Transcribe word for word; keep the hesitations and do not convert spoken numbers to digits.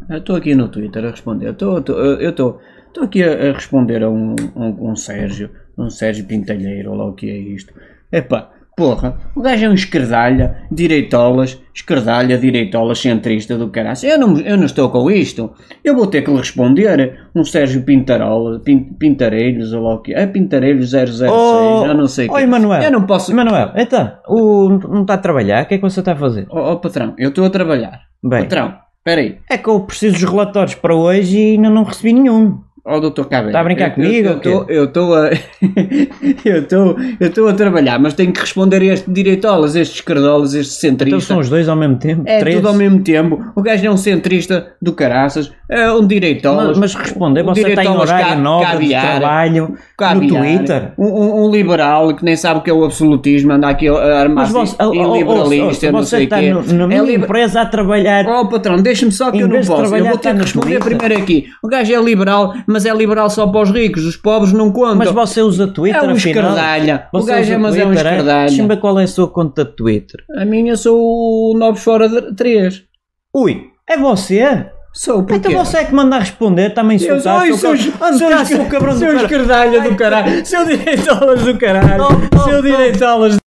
Estou aqui no Twitter a responder. Estou eu estou aqui a, a responder a um, um, um Sérgio, um Sérgio Pintalheiro, ou lá o que é isto. Epá, porra, o gajo é um esquerdalha, direitolas, esquerdalha, direitolas, centrista do caralho. Eu não, eu não estou com isto. Eu vou ter que lhe responder. Um Sérgio Pintarola, Pin, Pintarelhos, ou lá o que é. É Pintarelhos zero zero seis, oh, eu não sei o que. Oi, Manuel. Eu não posso... Manuel, então, o, não está a trabalhar? O que é que você está a fazer? Ó oh, oh, patrão, eu estou a trabalhar. Bem, patrão, espera aí. É que eu preciso dos relatórios para hoje e ainda não recebi nenhum. Ó, oh, doutor Cabello. Está a brincar eu, comigo? Eu estou a... eu estou eu estou a trabalhar, mas tenho que responder a este direitolas, estes esquerdolas, este centrista. Então são os dois ao mesmo tempo? É três? Tudo ao mesmo tempo. O gajo é um centrista do caraças, é um direitolas. Mas, mas responder, um você tem horário nobre de trabalho caviar, no Twitter? Um, um, um liberal que nem sabe o que é o absolutismo, anda aqui a armar-se em liberalista, não sei o quê. Você está na minha é empresa a trabalhar... Oh patrão, deixa-me só que eu não posso. Eu vou ter que responder primeiro aqui. O gajo é liberal, mas é liberal só para os ricos, os pobres não contam. Mas você usa Twitter, é um afinal? esquerdalha. O gajo é, mas é um esquerdalha. Deixa-me ver qual é a sua conta de Twitter. A minha sou o nove fora três. Ui, é você? Sou, porque... Então você é que manda a responder, está-me a insultar. Eu sou, sou, sou, sou, sou, sou esquerdalha do caralho. Seu direitolas do caralho. Seu direitolas